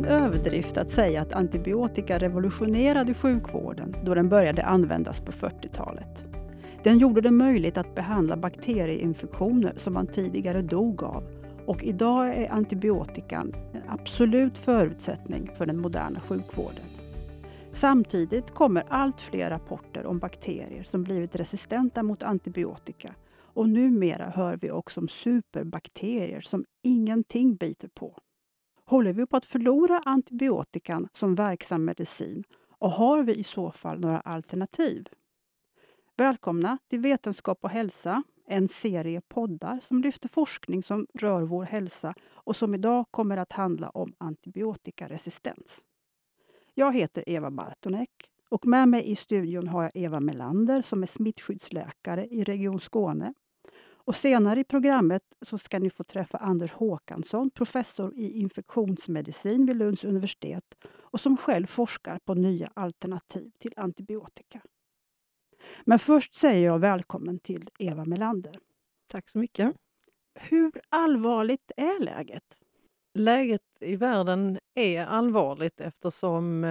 en överdrift att säga att antibiotika revolutionerade sjukvården då den började användas på 40-talet. Den gjorde det möjligt att behandla bakterieinfektioner som man tidigare dog av, och idag är antibiotikan en absolut förutsättning för den moderna sjukvården. Samtidigt kommer allt fler rapporter om bakterier som blivit resistenta mot antibiotika, och numera hör vi också om superbakterier som ingenting biter på. Håller vi på att förlora antibiotikan som verksam medicin, och har vi i så fall några alternativ? Välkomna till Vetenskap och hälsa, en serie poddar som lyfter forskning som rör vår hälsa och som idag kommer att handla om antibiotikaresistens. Jag heter Eva Bartonek och med mig i studion har jag Eva Melander som är smittskyddsläkare i Region Skåne. Och senare i programmet så ska ni få träffa Anders Håkansson, professor i infektionsmedicin vid Lunds universitet och som själv forskar på nya alternativ till antibiotika. Men först säger jag välkommen till Eva Melander. Tack så mycket. Hur allvarligt är läget? Läget i världen är allvarligt eftersom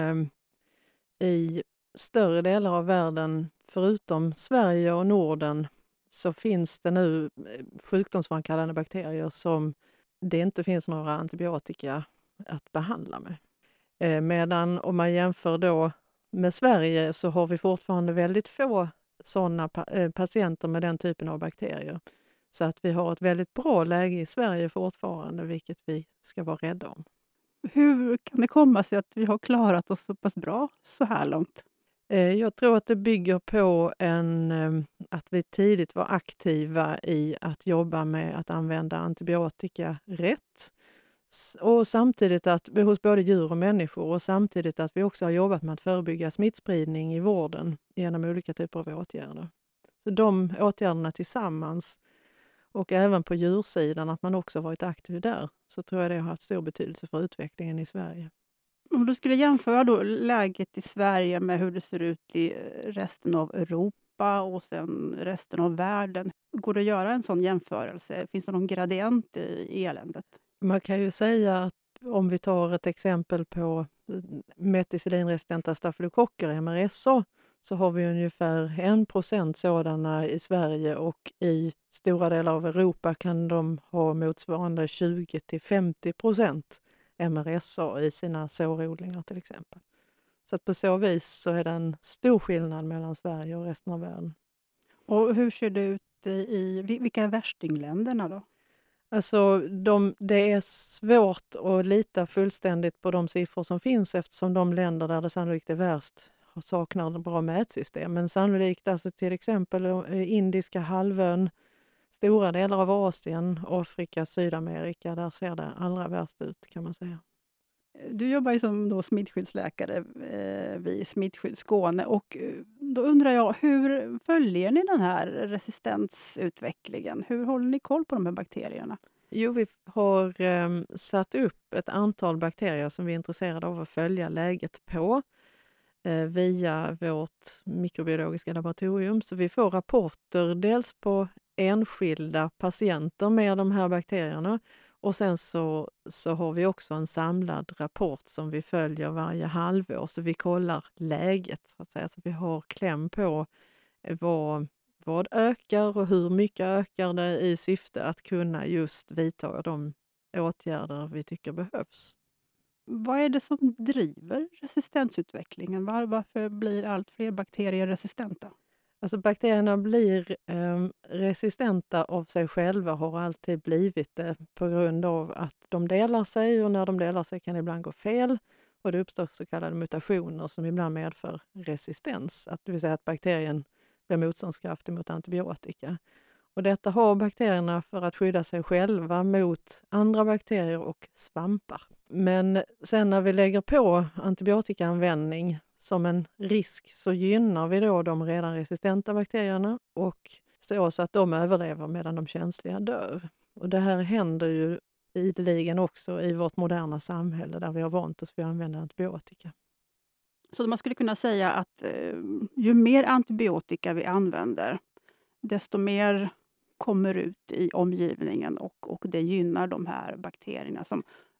i större delar av världen, förutom Sverige och Norden, så finns det nu sjukdomsframkallande bakterier som det inte finns några antibiotika att behandla med. Medan om man jämför då med Sverige så har vi fortfarande väldigt få sådana patienter med den typen av bakterier. Så att vi har ett väldigt bra läge i Sverige fortfarande, vilket vi ska vara rädda om. Hur kan det komma sig att vi har klarat oss så pass bra så här långt? Jag tror att det bygger på att vi tidigt var aktiva i att jobba med att använda antibiotika rätt. Och samtidigt att hos både djur och människor, och samtidigt att vi också har jobbat med att förebygga smittspridning i vården genom olika typer av åtgärder. Så de åtgärderna tillsammans, och även på djursidan att man också varit aktiv där, så tror jag det har haft stor betydelse för utvecklingen i Sverige. Om du skulle jämföra då läget i Sverige med hur det ser ut i resten av Europa och sen resten av världen. Går det att göra en sån jämförelse? Finns det någon gradient i eländet? Man kan ju säga att om vi tar ett exempel på meticillinresistenta stafylokocker, MRSA, så har vi ungefär 1% sådana i Sverige, och i stora delar av Europa kan de ha motsvarande 20-50% MRSA i sina sårodlingar till exempel. Så att på så vis så är det en stor skillnad mellan Sverige och resten av världen. Och hur ser det ut vilka är värstingländerna då? Alltså det är svårt att lita fullständigt på de siffror som finns, eftersom de länder där det sannolikt är värst saknar bra mätsystem. Men sannolikt alltså till exempel Indiska halvön, stora delar av Asien, Afrika, Sydamerika, där ser det allra värst ut kan man säga. Du jobbar ju som då smittskyddsläkare vid Smittskydd Skåne, och då undrar jag, hur följer ni den här resistensutvecklingen? Hur håller ni koll på de här bakterierna? Jo, vi har satt upp ett antal bakterier som vi är intresserade av att följa läget på via vårt mikrobiologiska laboratorium. Så vi får rapporter dels på enskilda patienter med de här bakterierna, och sen så har vi också en samlad rapport som vi följer varje halvår, så vi kollar läget så att säga. Så vi har kläm på vad ökar och hur mycket ökar det, i syfte att kunna just vidta de åtgärder vi tycker behövs. Vad är det som driver resistensutvecklingen? Varför blir allt fler bakterier resistenta? Alltså bakterierna blir resistenta av sig själva, har alltid blivit det på grund av att de delar sig, och när de delar sig kan det ibland gå fel, och det uppstår så kallade mutationer som ibland medför resistens, det vill säga att bakterien blir motståndskraftig mot antibiotika. Och detta har bakterierna för att skydda sig själva mot andra bakterier och svampar. Men sen när vi lägger på antibiotikaanvändning som en risk, så gynnar vi då de redan resistenta bakterierna och så att de överlever medan de känsliga dör. Och det här händer ju ideligen också i vårt moderna samhälle där vi har vant oss vid att använda antibiotika. Så man skulle kunna säga att ju mer antibiotika vi använder, desto mer kommer ut i omgivningen, och det gynnar de här bakterierna som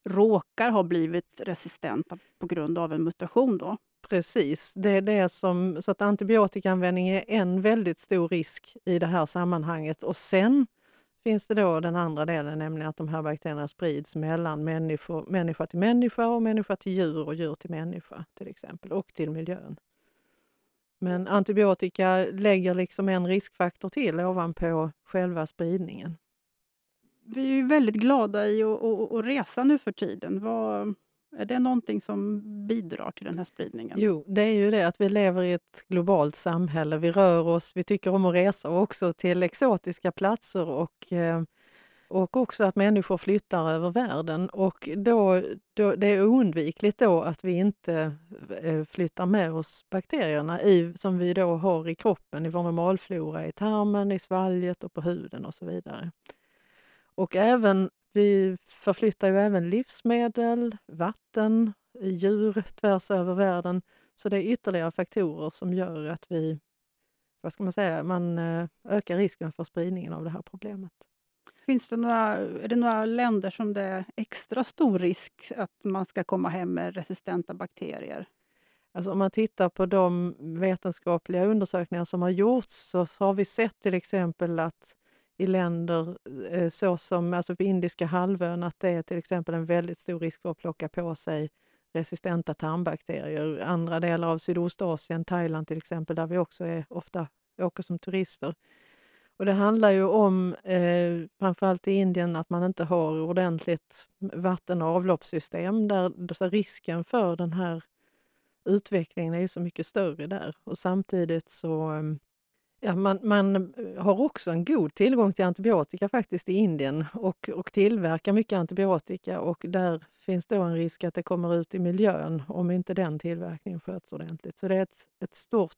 råkar ha blivit resistenta på grund av en mutation då. Precis, det är det som, så att antibiotikaanvändning är en väldigt stor risk i det här sammanhanget. Och sen finns det då den andra delen, nämligen att de här bakterierna sprids mellan människa till människa och människa till djur och djur till människa till exempel, och till miljön. Men antibiotika lägger liksom en riskfaktor till ovanpå själva spridningen. Vi är ju väldigt glada i att resa nu för tiden. Är det någonting som bidrar till den här spridningen? Jo, det är ju det att vi lever i ett globalt samhälle. Vi rör oss, vi tycker om att resa också till exotiska platser och också att människor flyttar över världen. Och då det är oundvikligt då att vi inte flyttar med oss bakterierna som vi då har i kroppen, i vår normalflora, i tarmen, i svalget och på huden och så vidare. Och vi förflyttar ju även livsmedel, vatten, djur tvärs över världen. Så det är ytterligare faktorer som gör att man ökar risken för spridningen av det här problemet. Är det några länder som det är extra stor risk att man ska komma hem med resistenta bakterier? Alltså om man tittar på de vetenskapliga undersökningar som har gjorts så har vi sett till exempel att i länder såsom alltså på Indiska halvön att det är till exempel en väldigt stor risk för att plocka på sig resistenta tarmbakterier. Andra delar av Sydostasien, Thailand till exempel, där vi också ofta åker som turister. Och det handlar ju om, framförallt i Indien, att man inte har ordentligt vatten- och avloppssystem där så risken för den här utvecklingen är ju så mycket större där. Och samtidigt så man har också en god tillgång till antibiotika faktiskt i Indien och tillverkar mycket antibiotika och där finns då en risk att det kommer ut i miljön om inte den tillverkningen sköts ordentligt. Så det är ett stort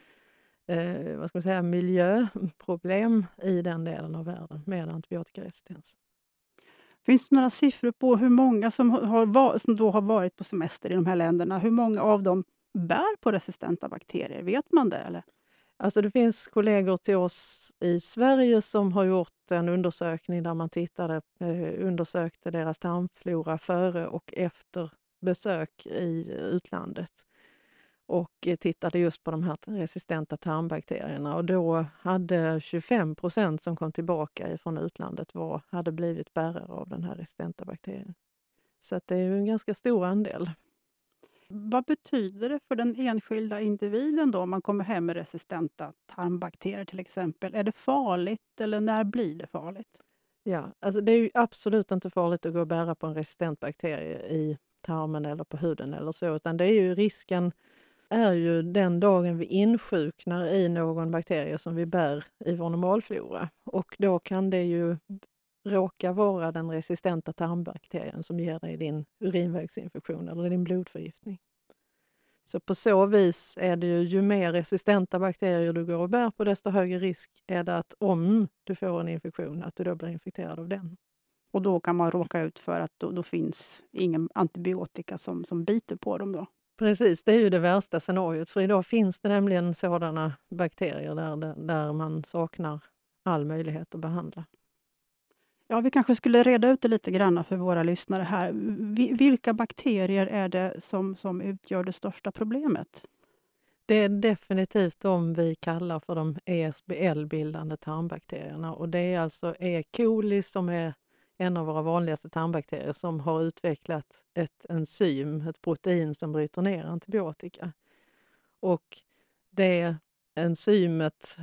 miljöproblem i den delen av världen med antibiotikaresistens. Finns det några siffror på hur många som då har varit på semester i de här länderna? Hur många av dem bär på resistenta bakterier? Vet man det? Eller? Alltså det finns kollegor till oss i Sverige som har gjort en undersökning där man undersökte deras tarmflora före och efter besök i utlandet. Och tittade just på de här resistenta tarmbakterierna och då hade 25% som kom tillbaka från utlandet hade blivit bärare av den här resistenta bakterien. Så att det är ju en ganska stor andel. Vad betyder det för den enskilda individen då om man kommer hem med resistenta tarmbakterier till exempel? Är det farligt eller när blir det farligt? Ja, alltså det är ju absolut inte farligt att gå och bära på en resistent bakterie i tarmen eller på huden eller så, utan det är ju risken är ju den dagen vi insjuknar i någon bakterie som vi bär i vår normalflora. Och då kan det ju råka vara den resistenta tarmbakterien som ger dig din urinvägsinfektion eller din blodförgiftning. Så på så vis är det ju mer resistenta bakterier du går och bär på, desto högre risk är det att om du får en infektion att du då blir infekterad av den. Och då kan man råka ut för att då finns ingen antibiotika som biter på dem då? Precis, det är ju det värsta scenariot. För idag finns det nämligen sådana bakterier där man saknar all möjlighet att behandla. Ja, vi kanske skulle reda ut det lite grann för våra lyssnare här. Vilka bakterier är det som utgör det största problemet? Det är definitivt de vi kallar för de ESBL-bildande tarmbakterierna. Och det är alltså E. coli som är en av våra vanligaste tarmbakterier som har utvecklat ett protein som bryter ner antibiotika. Och det enzymet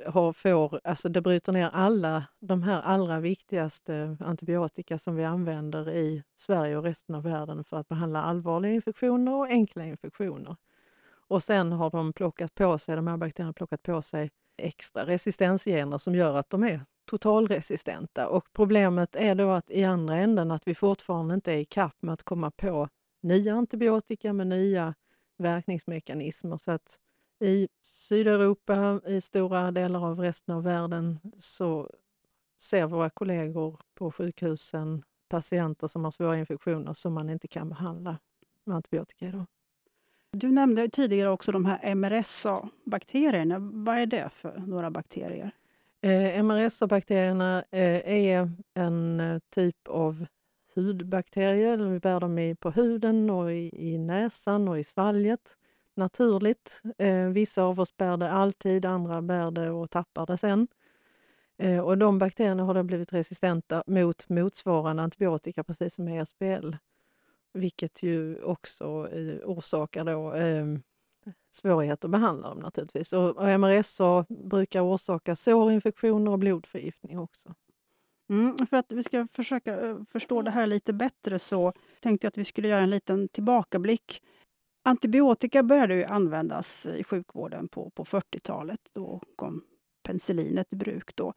det bryter ner alla de här allra viktigaste antibiotika som vi använder i Sverige och resten av världen för att behandla allvarliga infektioner och enkla infektioner. Och sen har de här bakterierna plockat på sig extra resistensgener som gör att de är totalresistenta. Och problemet är då att i andra änden att vi fortfarande inte är i kapp med att komma på nya antibiotika med nya verkningsmekanismer. Så att i Sydeuropa, i stora delar av resten av världen så ser våra kollegor på sjukhusen patienter som har svåra infektioner som man inte kan behandla med antibiotika idag. Du nämnde tidigare också de här MRSA-bakterierna. Vad är det för några bakterier? MRSA-bakterierna är en typ av hudbakterier, eller vi bär dem på huden och i näsan och i svalget naturligt. Vissa av oss bär det alltid, andra bär det och tappar det sen. Och de bakterierna har då blivit resistenta mot motsvarande antibiotika, precis som ESBL. Vilket ju också orsakar då svårighet att behandla dem naturligtvis. Och MRSA brukar orsaka sårinfektioner och blodförgiftning också. För att vi ska försöka förstå det här lite bättre så tänkte jag att vi skulle göra en liten tillbakablick. Antibiotika började ju användas i sjukvården på 40-talet. Då kom penicillinet i bruk. Då.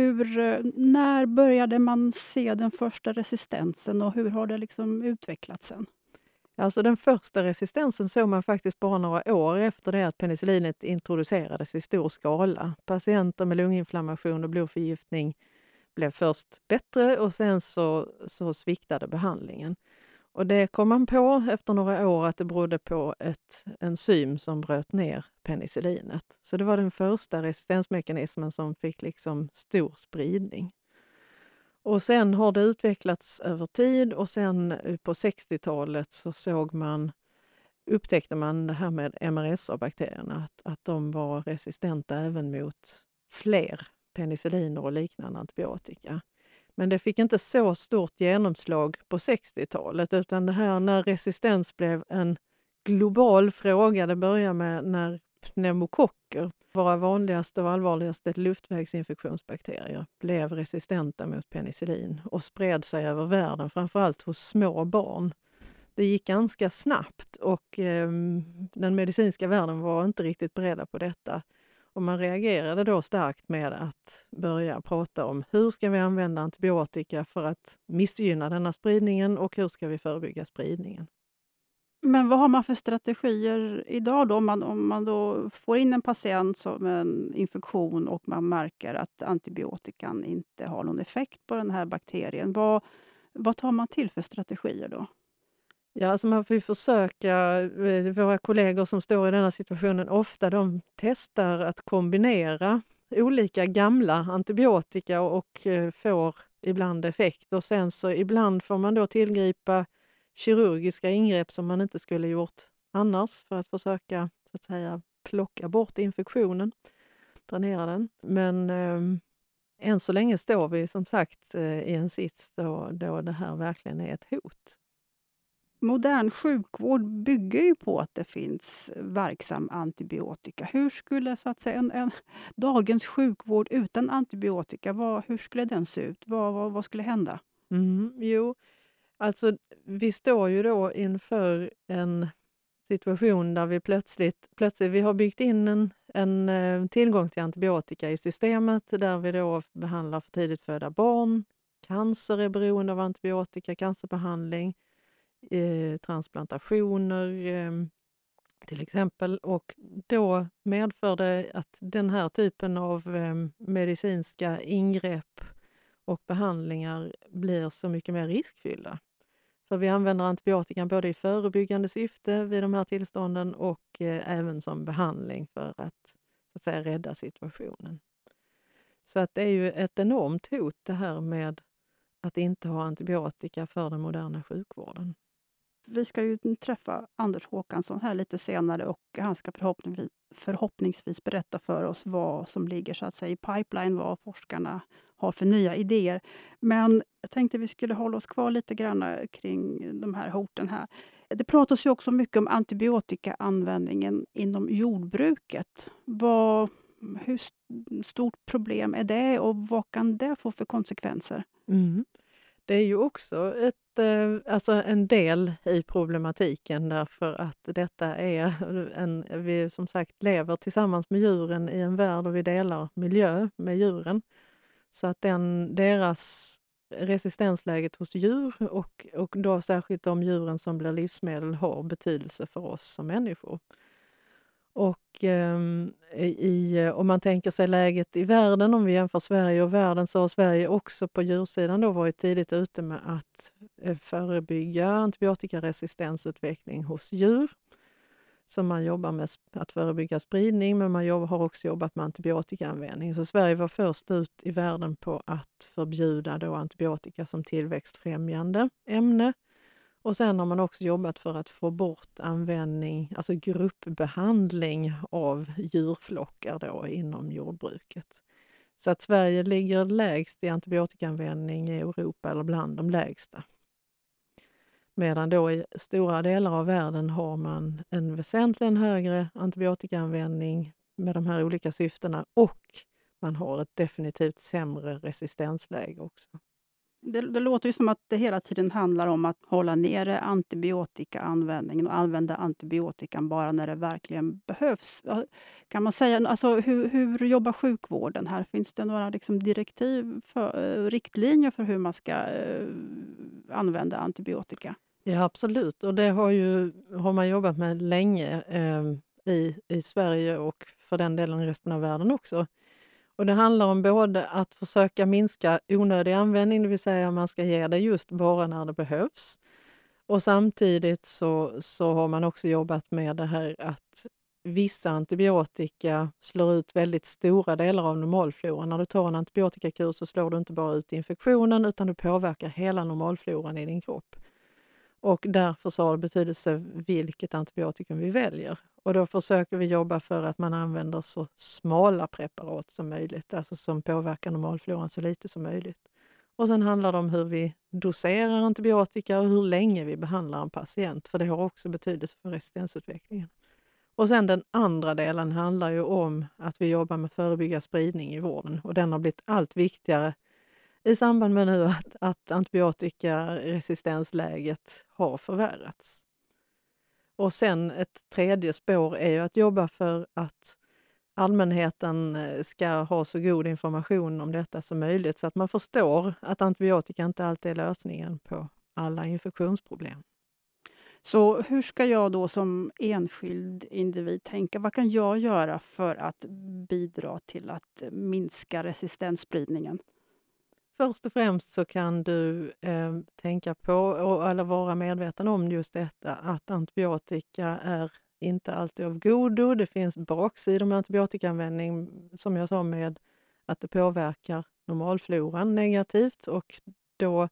När började man se den första resistensen och hur har det liksom utvecklats sen? Alltså den första resistensen såg man faktiskt bara några år efter det att penicillinet introducerades i stor skala. Patienter med lunginflammation och blodförgiftning blev först bättre och sen så sviktade behandlingen. Och det kom man på efter några år att det berodde på ett enzym som bröt ner penicillinet. Så det var den första resistensmekanismen som fick liksom stor spridning. Och sen har det utvecklats över tid och sen på 60-talet så upptäckte man det här med MRSA-bakterierna, att de var resistenta även mot fler penicilliner och liknande antibiotika. Men det fick inte så stort genomslag på 60-talet, utan det här när resistens blev en global fråga, det började med när pneumokocker, våra vanligaste och allvarligaste luftvägsinfektionsbakterier, blev resistenta mot penicillin och spred sig över världen, framförallt hos små barn. Det gick ganska snabbt och den medicinska världen var inte riktigt beredda på detta. Och man reagerade då starkt med att börja prata om hur ska vi använda antibiotika för att missgynna denna spridningen och hur ska vi förebygga spridningen. Men vad har man för strategier idag då? Om man då får in en patient med en infektion och man märker att antibiotikan inte har någon effekt på den här bakterien. Vad tar man till för strategier då? Ja, alltså man får ju försöka, våra kollegor som står i denna situationen, ofta de testar att kombinera olika gamla antibiotika och får ibland effekt. Och sen så ibland får man då tillgripa kirurgiska ingrepp som man inte skulle gjort annars för att försöka så att säga plocka bort infektionen, dränera den. Men än så länge står vi som sagt i en sits då det här verkligen är ett hot. Modern sjukvård bygger ju på att det finns verksam antibiotika. Hur skulle så att säga en dagens sjukvård utan antibiotika, hur skulle den se ut? Vad skulle hända? Jo, alltså vi står ju då inför en situation där vi plötsligt vi har byggt in en tillgång till antibiotika i systemet där vi då behandlar för tidigt födda barn. Cancer är beroende av antibiotika, cancerbehandling, transplantationer till exempel. Och då medför det att den här typen av medicinska ingrepp och behandlingar blir så mycket mer riskfyllda. För vi använder antibiotikan både i förebyggande syfte vid de här tillstånden och även som behandling för att, så att säga, rädda situationen. Så att det är ju ett enormt hot det här med att inte ha antibiotika för den moderna sjukvården. Vi ska ju träffa Anders Håkansson här lite senare och han ska förhoppningsvis berätta för oss vad som ligger så att säga i pipeline, vad forskarna har för nya idéer. Men jag tänkte vi skulle hålla oss kvar lite grann kring de här hoten här. Det pratas ju också mycket om antibiotikaanvändningen inom jordbruket. Hur stort problem är det och vad kan det få för konsekvenser? Det är ju också en del i problematiken därför att detta är vi som sagt lever tillsammans med djuren i en värld och vi delar miljö med djuren. Så att deras resistensläget hos djur och då särskilt de djuren som blir livsmedel har betydelse för oss som människor. Och om man tänker sig läget i världen, om vi jämför Sverige och världen, så har Sverige också på djursidan då varit tidigt ute med att förebygga antibiotikaresistensutveckling hos djur. Så man jobbar med att förebygga spridning, men man har också jobbat med antibiotikaanvändning. Så Sverige var först ut i världen på att förbjuda då antibiotika som tillväxtfrämjande ämne. Och sen har man också jobbat för att få bort användning, alltså gruppbehandling av djurflockar då inom jordbruket. Så att Sverige ligger lägst i antibiotikaanvändning i Europa, eller bland de lägsta. Medan då i stora delar av världen har man en väsentligen högre antibiotikaanvändning med de här olika syftena, och man har ett definitivt sämre resistensläge också. Det låter ju som att det hela tiden handlar om att hålla nere antibiotikaanvändningen och använda antibiotikan bara när det verkligen behövs. Kan man säga, alltså, hur jobbar sjukvården här? Finns det några liksom direktiv, riktlinjer för hur man ska använda antibiotika? Ja, absolut. Och det har man jobbat med länge i Sverige och för den delen resten av världen också. Och det handlar om både att försöka minska onödig användning, det vill säga man ska ge det just bara när det behövs. Och samtidigt så har man också jobbat med det här att vissa antibiotika slår ut väldigt stora delar av normalfloran. När du tar en antibiotikakur så slår du inte bara ut infektionen, utan du påverkar hela normalfloran i din kropp. Och därför så har det betydelse vilket antibiotikum vi väljer. Och då försöker vi jobba för att man använder så smala preparat som möjligt, alltså som påverkar normalfloran så lite som möjligt. Och sen handlar det om hur vi doserar antibiotika och hur länge vi behandlar en patient, för det har också betydelse för resistensutvecklingen. Och sen den andra delen handlar ju om att vi jobbar med förebygga spridning i vården, och den har blivit allt viktigare i samband med nu att antibiotikaresistensläget har förvärrats. Och sen ett tredje spår är ju att jobba för att allmänheten ska ha så god information om detta som möjligt, så att man förstår att antibiotika inte alltid är lösningen på alla infektionsproblem. Så hur ska jag då som enskild individ tänka? Vad kan jag göra för att bidra till att minska resistensspridningen? Först och främst så kan du tänka på eller vara medveten om just detta, att antibiotika är inte alltid av godo. Det finns baksidor med antibiotikaanvändning, som jag sa, med att det påverkar normalfloran negativt, och då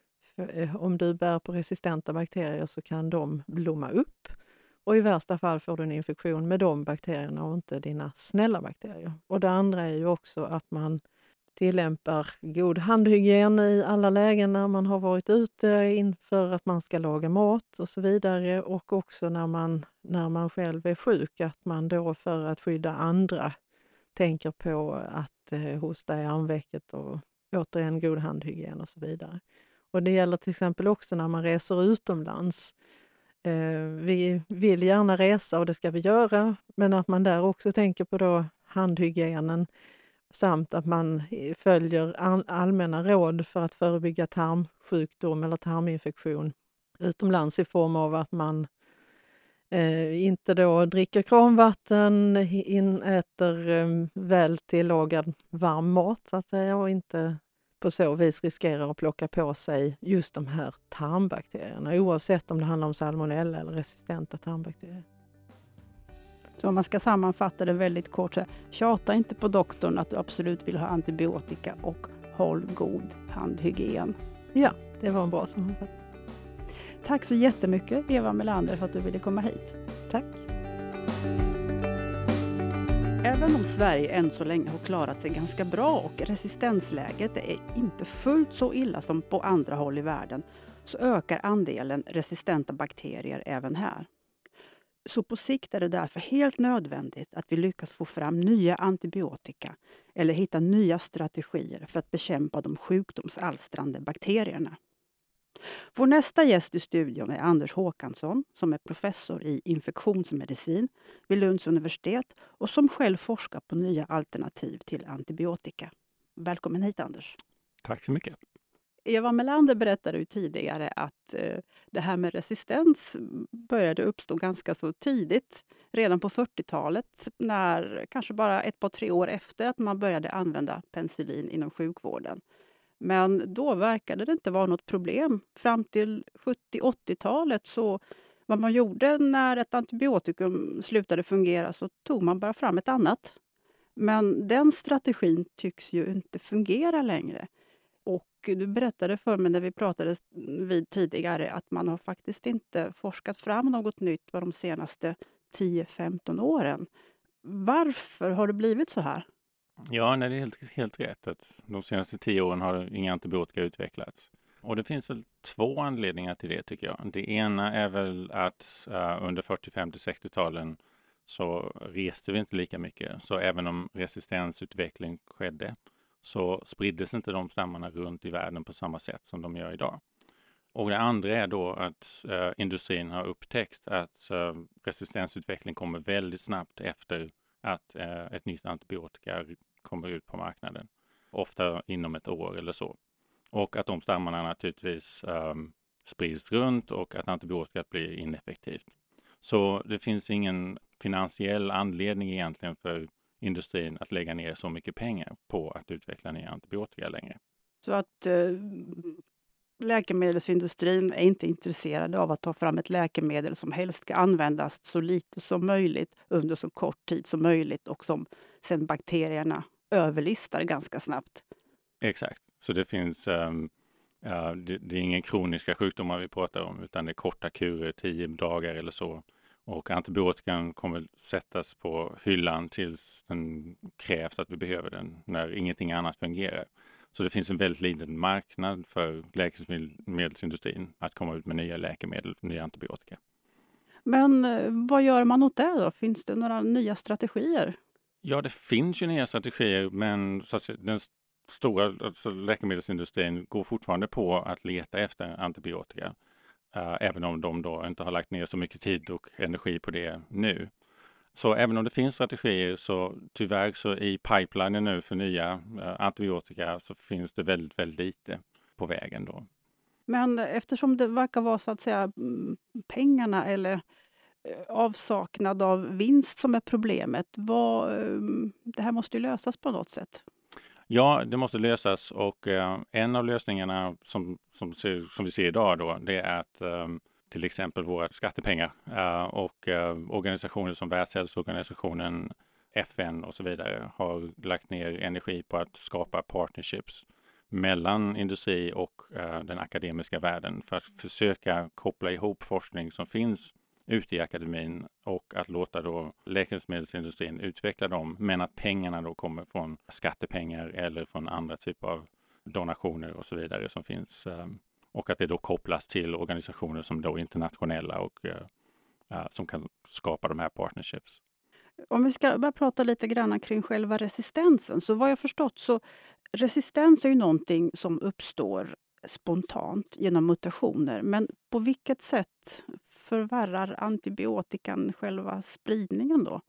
om du bär på resistenta bakterier så kan de blomma upp. Och i värsta fall får du en infektion med de bakterierna och inte dina snälla bakterier. Och det andra är ju också att man tillämpar god handhygien i alla lägen när man har varit ute inför att man ska laga mat och så vidare. Och också när man själv är sjuk, att man då för att skydda andra tänker på att hosta i armvecket och återigen god handhygien och så vidare. Och det gäller till exempel också när man reser utomlands. Vi vill gärna resa och det ska vi göra, men att man där också tänker på då handhygienen, samt att man följer allmänna råd för att förebygga tarmsjukdom eller tarminfektion utomlands, i form av att man inte då dricker kranvatten, äter väl tillagad varm mat så att säga, och inte på så vis riskerar att plocka på sig just de här tarmbakterierna, oavsett om det handlar om salmonella eller resistenta tarmbakterier. Så om man ska sammanfatta det väldigt kort, så tjata inte på doktorn att du absolut vill ha antibiotika, och håll god handhygien. Ja, det var en bra sammanfattning. Tack så jättemycket, Eva Melander, för att du ville komma hit. Tack. Även om Sverige än så länge har klarat sig ganska bra och resistensläget är inte fullt så illa som på andra håll i världen, så ökar andelen resistenta bakterier även här. Så på sikt är det därför helt nödvändigt att vi lyckas få fram nya antibiotika eller hitta nya strategier för att bekämpa de sjukdomsalstrande bakterierna. Vår nästa gäst i studion är Anders Håkansson, som är professor i infektionsmedicin vid Lunds universitet och som själv forskar på nya alternativ till antibiotika. Välkommen hit, Anders. Tack så mycket. Eva Melander berättade ju tidigare att det här med resistens började uppstå ganska så tidigt, redan på 40-talet, när kanske bara ett par 3 år efter att man började använda penicillin inom sjukvården. Men då verkade det inte vara något problem. Fram till 70-80-talet så Vad man gjorde när ett antibiotikum slutade fungera så tog man bara fram ett annat. Men den strategin tycks ju inte fungera längre. Och du berättade för mig när vi pratade vid tidigare att man har faktiskt inte forskat fram något nytt på de senaste 10-15 åren. Varför har det blivit så här? Ja, nej, det är helt rätt att de senaste 10 åren har inga antibiotika utvecklats. Och det finns väl 2 anledningar till det tycker jag. Det ena är väl att under 40, 50, 60-talen så reste vi inte lika mycket. Så även om resistensutveckling skedde så spriddes inte de stammarna runt i världen på samma sätt som de gör idag. Och det andra är då att industrin har upptäckt att resistensutveckling kommer väldigt snabbt efter att ett nytt antibiotika kommer ut på marknaden. Ofta inom ett år eller så. Och att de stammarna naturligtvis sprids runt och att antibiotikat blir ineffektivt. Så det finns ingen finansiell anledning egentligen för industrin att lägga ner så mycket pengar på att utveckla nya antibiotika längre. Så att läkemedelsindustrin är inte intresserad av att ta fram ett läkemedel som helst ska användas så lite som möjligt under så kort tid som möjligt och som sen bakterierna överlistar ganska snabbt. Exakt, så det finns det är ingen kroniska sjukdomar vi pratar om utan det är korta kurer, 10 dagar eller så. Och antibiotikan kommer sättas på hyllan tills den krävs att vi behöver den när ingenting annat fungerar. Så det finns en väldigt liten marknad för läkemedelsindustrin att komma ut med nya läkemedel, nya antibiotika. Men vad gör man åt det då? Finns det några nya strategier? Ja, det finns ju nya strategier men så att säga, den stora läkemedelsindustrin går fortfarande på att leta efter antibiotika. Även om de då inte har lagt ner så mycket tid och energi på det nu. Så även om det finns strategier så tyvärr så i pipelinen nu för nya antibiotika så finns det väldigt, väldigt lite på vägen då. Men eftersom det verkar vara så att säga pengarna eller avsaknad av vinst som är problemet, det här måste ju lösas på något sätt. Ja, det måste lösas och en av lösningarna som vi ser idag då, det är att till exempel våra skattepengar och organisationer som Världshälsoorganisationen, FN och så vidare har lagt ner energi på att skapa partnerships mellan industri och den akademiska världen för att försöka koppla ihop forskning som finns ute i akademin och att låta då läkemedelsindustrin utveckla dem men att pengarna då kommer från skattepengar eller från andra typer av donationer och så vidare som finns och att det då kopplas till organisationer som då är internationella och som kan skapa de här partnerships. Om vi ska börja prata lite grann kring själva resistensen så vad jag förstått så resistens är ju någonting som uppstår spontant genom mutationer men på vilket sätt förvärrar antibiotikan själva spridningen då?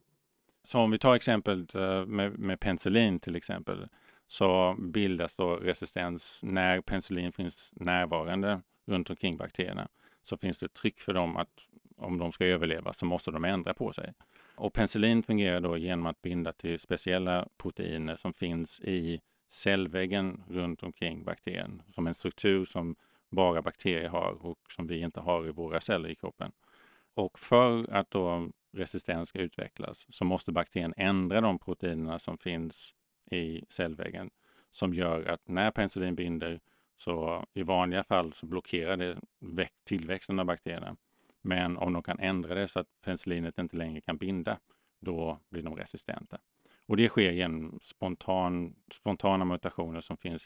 Så om vi tar exempel med penicillin till exempel så bildas då resistens när penicillin finns närvarande runt omkring bakterierna. Så finns det tryck för dem att om de ska överleva så måste de ändra på sig. Och penicillin fungerar då genom att binda till speciella proteiner som finns i cellväggen runt omkring bakterien. Som en struktur som bara bakterier har och som vi inte har i våra celler i kroppen. Och för att då resistens ska utvecklas så måste bakterien ändra de proteinerna som finns i cellväggen som gör att när penicillin binder så i vanliga fall så blockerar det tillväxten av bakterierna. Men om de kan ändra det så att penicillinet inte längre kan binda då blir de resistenta. Och det sker genom spontana mutationer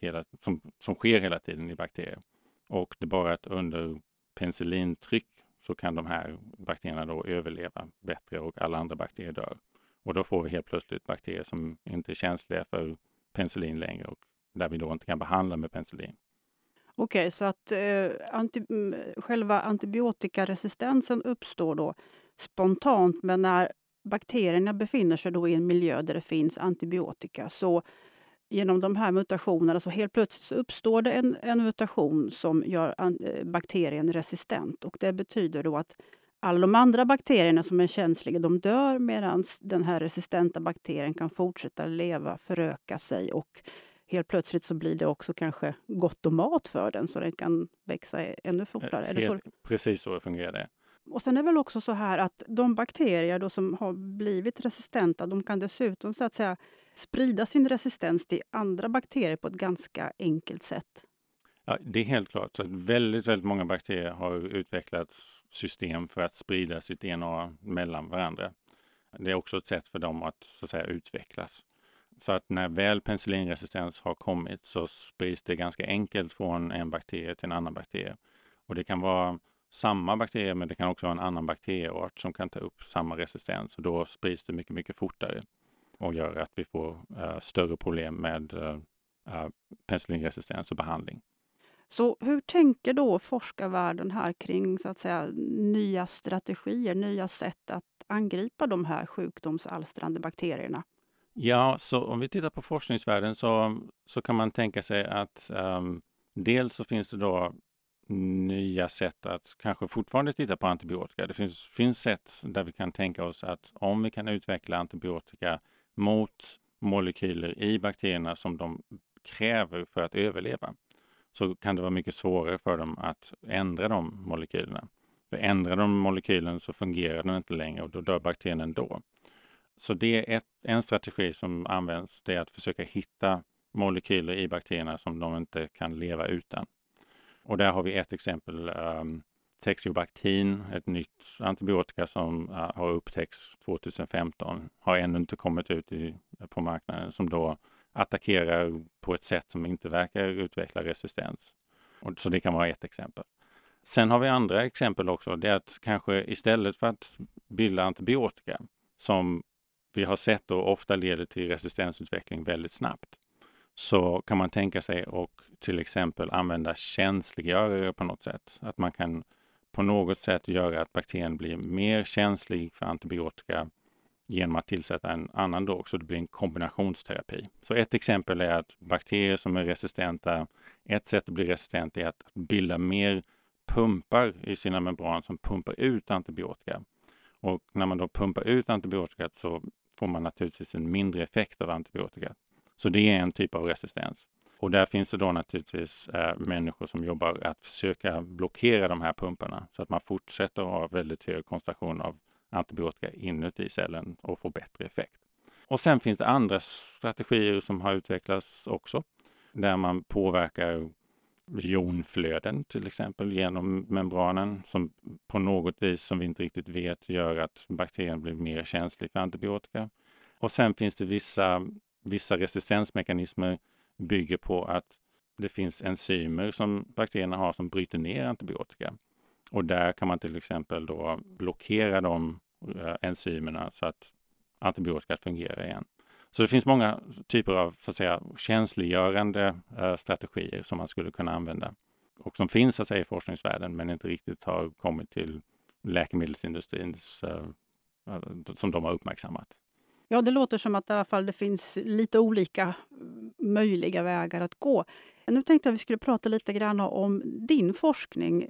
som sker hela tiden i bakterier. Och det är bara att under penicillintryck så kan de här bakterierna då överleva bättre och alla andra bakterier dör. Och då får vi helt plötsligt bakterier som inte är känsliga för penicillin längre och där vi då inte kan behandla med penicillin. Okej, så att själva antibiotikaresistensen uppstår då spontant men när bakterierna befinner sig då i en miljö där det finns antibiotika så genom de här mutationerna så helt plötsligt så uppstår det en mutation som gör bakterien resistent och det betyder då att alla de andra bakterierna som är känsliga de dör medan den här resistenta bakterien kan fortsätta leva, föröka sig och helt plötsligt så blir det också kanske gott och mat för den så den kan växa ännu fortare. Precis så fungerar det. Och sen är det väl också så här att de bakterier då som har blivit resistenta, de kan dessutom så att säga sprida sin resistens till andra bakterier på ett ganska enkelt sätt. Ja, det är helt klart. Så att väldigt många bakterier har utvecklat system för att sprida sitt DNA mellan varandra. Det är också ett sätt för dem att, så att säga, utvecklas. Så att när väl penicillinresistens har kommit så sprids det ganska enkelt från en bakterie till en annan bakterie. Och det kan vara samma bakterie, men det kan också vara en annan bakterieart som kan ta upp samma resistens. Och då sprids det mycket fortare och gör att vi får större problem med penicillinresistens och behandling. Så hur tänker då forskarvärlden här kring så att säga nya strategier, nya sätt att angripa de här sjukdomsalstrande bakterierna? Ja, så om vi tittar på forskningsvärlden så kan man tänka sig att dels så finns det då nya sätt att kanske fortfarande titta på antibiotika. Det finns sätt där vi kan tänka oss att om vi kan utveckla antibiotika mot molekyler i bakterierna som de kräver för att överleva, så kan det vara mycket svårare för dem att ändra de molekylerna. För ändrar de molekylen så fungerar den inte längre och då dör bakterien ändå. Så det är en strategi som används, det är att försöka hitta molekyler i bakterierna som de inte kan leva utan. Och där har vi ett exempel, Teixobactin, ett nytt antibiotika som har upptäckts 2015, har ännu inte kommit ut på marknaden, som då attackerar på ett sätt som inte verkar utveckla resistens. Och så det kan vara ett exempel. Sen har vi andra exempel också, det är att kanske istället för att bilda antibiotika som vi har sett och ofta leder till resistensutveckling väldigt snabbt, så kan man tänka sig och till exempel använda känsliggörare på något sätt. Att man kan på något sätt göra att bakterien blir mer känslig för antibiotika genom att tillsätta en annan drog, så det blir en kombinationsterapi. Så ett exempel är att bakterier som är resistenta, ett sätt att bli resistent är att bilda mer pumpar i sina membran som pumpar ut antibiotika. Och när man då pumpar ut antibiotika så får man naturligtvis en mindre effekt av antibiotika. Så det är en typ av resistens. Och där finns det då naturligtvis människor som jobbar att försöka blockera de här pumparna så att man fortsätter att ha väldigt hög koncentration av antibiotika inuti cellen och få bättre effekt. Och sen finns det andra strategier som har utvecklats också, där man påverkar jonflöden till exempel genom membranen, som på något vis, som vi inte riktigt vet, gör att bakterien blir mer känslig för antibiotika. Och sen finns det vissa resistensmekanismer bygger på att det finns enzymer som bakterierna har som bryter ner antibiotika. Och där kan man till exempel då blockera de enzymerna så att antibiotika fungerar igen. Så det finns många typer av, så att säga, känsliggörande strategier som man skulle kunna använda. Och som finns, så att säga, i forskningsvärlden men inte riktigt har kommit till läkemedelsindustrin som de har uppmärksammat. Ja, det låter som att i alla fall det finns lite olika möjliga vägar att gå. Nu tänkte jag att vi skulle prata lite grann om din forskning.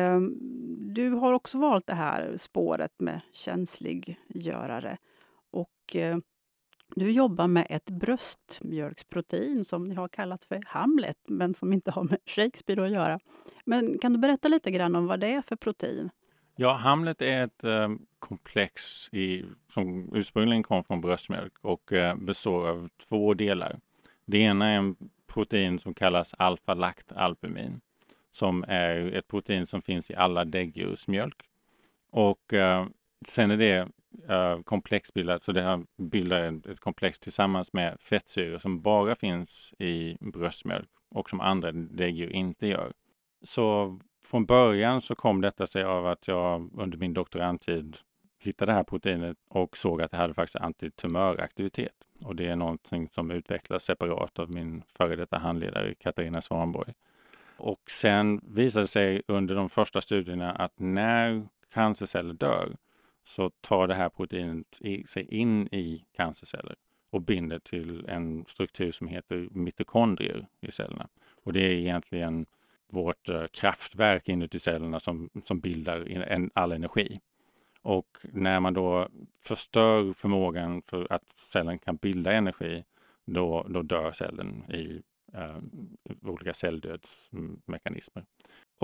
Du har också valt det här spåret med känsliggörare. Och du jobbar med ett bröstmjölksprotein som ni har kallat för Hamlet, men som inte har med Shakespeare att göra. Men kan du berätta lite grann om vad det är för protein? Ja, Hamlet är ett komplex som ursprungligen kom från bröstmjölk och består av två delar. Det ena är en protein som kallas alfa-lactalbumin, som är ett protein som finns i alla däggdjursmjölk. Och sen är det komplexbildat, så det bildar ett komplex tillsammans med fettsyror som bara finns i bröstmjölk och som andra däggdjur inte gör. Så från början så kom detta sig av att jag under min doktorandtid hittade det här proteinet och såg att det hade faktiskt antitumöraktivitet. Och det är någonting som utvecklas separat av min före detta handledare Katarina Svanborg. Och sen visade det sig under de första studierna att när cancerceller dör så tar det här proteinet sig in i cancerceller och binder till en struktur som heter mitokondrier i cellerna. Och det är egentligen vårt kraftverk inuti cellerna som bildar all energi. Och när man då förstör förmågan för att cellen kan bilda energi, då dör cellen i olika celldödsmekanismer.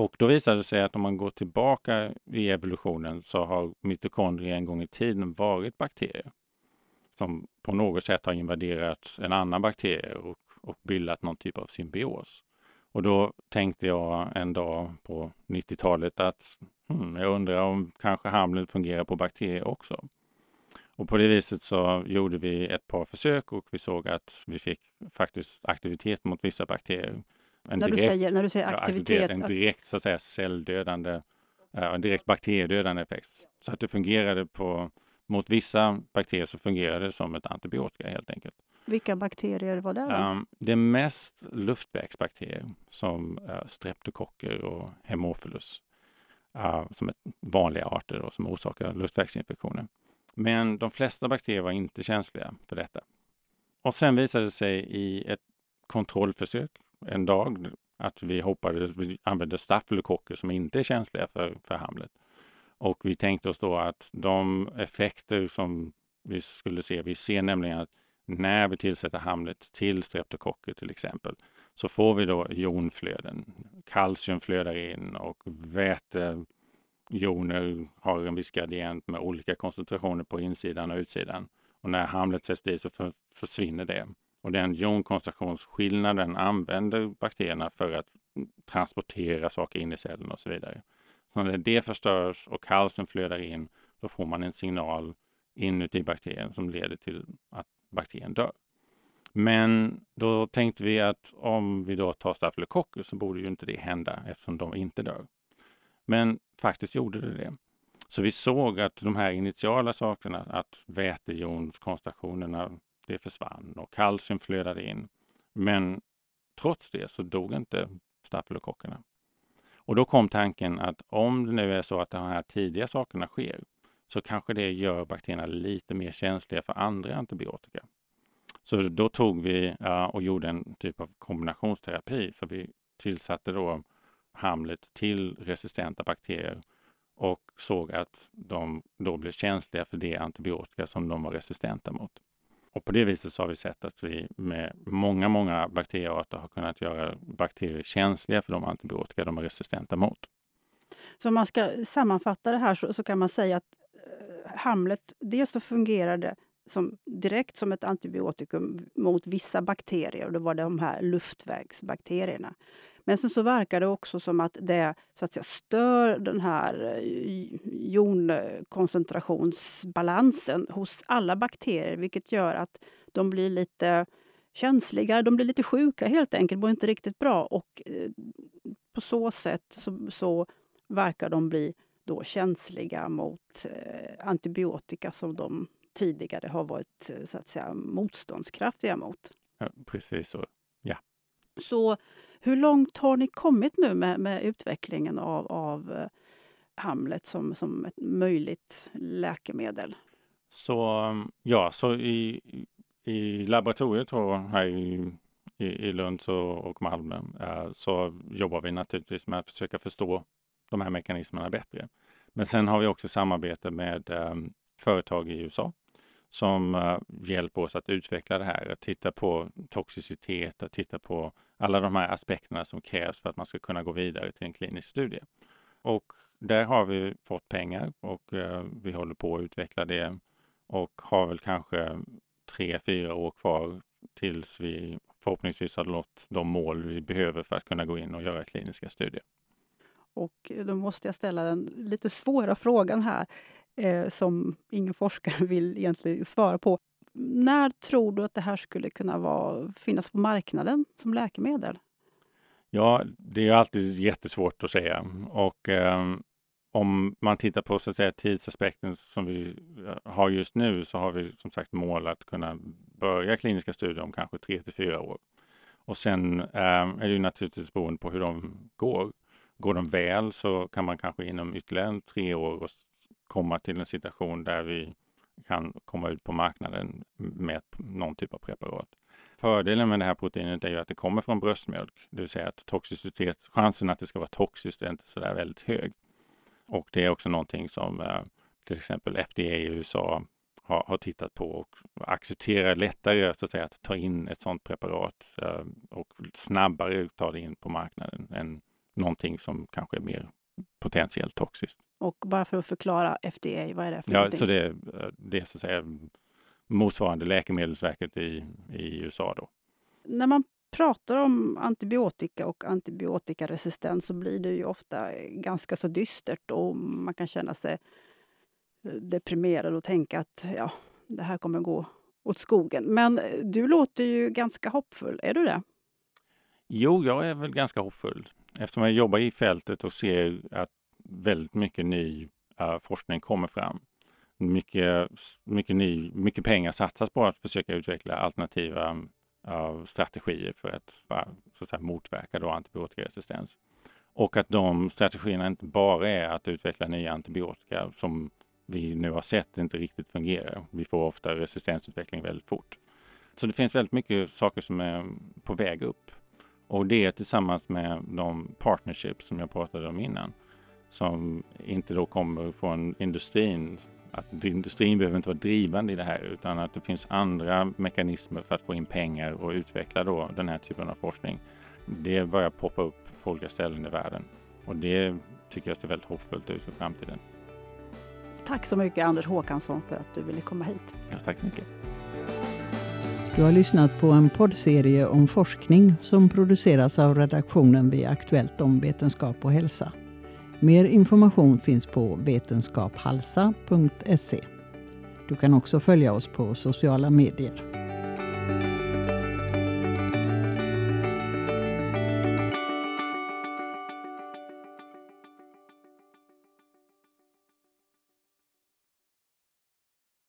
Och då visade det sig att om man går tillbaka i evolutionen så har mitokondrier en gång i tiden varit bakterier som på något sätt har invaderat en annan bakterie och bildat någon typ av symbios. Och då tänkte jag en dag på 90-talet att jag undrar om kanske Hamlet fungerar på bakterier också. Och på det viset så gjorde vi ett par försök och vi såg att vi fick faktiskt aktivitet mot vissa bakterier. När du säger aktivitet, en direkt så att säga celldödande, en direkt bakteriedödande effekt. Så att det fungerade mot vissa bakterier så fungerade det som ett antibiotika helt enkelt. Vilka bakterier var det då? Det är mest luftvägsbakterier som streptokocker och hemophilus som är vanliga arter då, som orsakar luftvägsinfektioner. Men de flesta bakterier var inte känsliga för detta. Och sen visade det sig i ett kontrollförsök en dag att vi använde stafylokocker som inte är känsliga för Hamlet. Och vi tänkte oss då att de effekter som vi skulle se, vi ser nämligen att när vi tillsätter Hamlet till streptokocker till exempel, så får vi då jonflöden. Kalcium flödar in och vätejoner har en viss gradient med olika koncentrationer på insidan och utsidan. Och när Hamlet sätts dit så försvinner det. Och den jonkoncentrationsskillnaden använder bakterierna för att transportera saker in i cellen och så vidare. Så när det förstörs och kalcium flödar in, då får man en signal inuti bakterien som leder till att bakterien dör. Men då tänkte vi att om vi då tar stafylokocker så borde ju inte det hända eftersom de inte dör. Men faktiskt gjorde det. Så vi såg att de här initiala sakerna, att vätejonkoncentrationerna, det försvann och kalcium flödade in. Men trots det så dog inte stafylokockerna. Och då kom tanken att om det nu är så att de här tidiga sakerna sker så kanske det gör bakterierna lite mer känsliga för andra antibiotika. Så då tog vi och gjorde en typ av kombinationsterapi, för vi tillsatte då Hamlet till resistenta bakterier och såg att de då blev känsliga för det antibiotika som de var resistenta mot. Och på det viset så har vi sett att vi med många bakteriearter har kunnat göra bakterier känsliga för de antibiotika de är resistenta mot. Så om man ska sammanfatta det här så kan man säga att Hamlet, dels då fungerade direkt som ett antibiotikum mot vissa bakterier, och då var det de här luftvägsbakterierna. Men sen så verkar det också som att det så att säga stör den här jonkoncentrationsbalansen hos alla bakterier, vilket gör att de blir lite känsliga, de blir lite sjuka helt enkelt, mår inte riktigt bra, och på så sätt så verkar de bli då känsliga mot antibiotika som de tidigare har varit så att säga motståndskraftiga mot. Ja, precis så, ja. Så hur långt har ni kommit nu med utvecklingen av Hamlet som ett möjligt läkemedel? Så i laboratoriet här i Lund och Malmö så jobbar vi naturligtvis med att försöka förstå de här mekanismerna bättre. Men sen har vi också samarbete med företag i USA som hjälper oss att utveckla det här, att titta på toxicitet, att titta på alla de här aspekterna som krävs för att man ska kunna gå vidare till en klinisk studie. Och där har vi fått pengar och vi håller på att utveckla det och har väl kanske 3-4 år kvar tills vi förhoppningsvis har nått de mål vi behöver för att kunna gå in och göra kliniska studier. Och då måste jag ställa den lite svåra frågan här som ingen forskare vill egentligen svara på. När tror du att det här skulle kunna finnas på marknaden som läkemedel? Ja, det är alltid jättesvårt att säga. Och om man tittar på så att säga, tidsaspekten som vi har just nu, så har vi som sagt mål att kunna börja kliniska studier om kanske 3-4 år. Och sen är det ju naturligtvis beroende på hur de går. Går de väl så kan man kanske inom ytterligare 3 år komma till en situation där vi kan komma ut på marknaden med någon typ av preparat. Fördelen med det här proteinet är ju att det kommer från bröstmjölk. Det vill säga att chansen att det ska vara toxiskt är inte så där väldigt hög. Och det är också någonting som till exempel FDA i USA har tittat på och accepterar lättare så att säga, att ta in ett sådant preparat och snabbare ta det in på marknaden än någonting som kanske är mer potentiellt toxiskt. Och bara för att förklara FDA, vad är det för Ja, någonting? så det är så att säga motsvarande Läkemedelsverket i USA då. När man pratar om antibiotika och antibiotikaresistens så blir det ju ofta ganska så dystert och man kan känna sig deprimerad och tänka att det här kommer gå åt skogen. Men du låter ju ganska hoppfull, är du det? Jo, jag är väl ganska hoppfull. Eftersom jag jobbar i fältet och ser att väldigt mycket ny forskning kommer fram. Mycket pengar satsas på att försöka utveckla alternativa strategier för att, så att säga, motverka då antibiotikaresistens. Och att de strategierna inte bara är att utveckla nya antibiotika som vi nu har sett inte riktigt fungerar. Vi får ofta resistensutveckling väldigt fort. Så det finns väldigt mycket saker som är på väg upp. Och det tillsammans med de partnerships som jag pratade om innan, som inte då kommer från industrin. Att industrin behöver inte vara drivande i det här, utan att det finns andra mekanismer för att få in pengar och utveckla då den här typen av forskning. Det börjar poppa upp på olika ställen i världen. Och det tycker jag ser väldigt hoppfullt ut för framtiden. Tack så mycket Anders Håkansson för att du ville komma hit. Ja, tack så mycket. Du har lyssnat på en poddserie om forskning som produceras av redaktionen vid Aktuellt om vetenskap och hälsa. Mer information finns på vetenskaphalsa.se. Du kan också följa oss på sociala medier.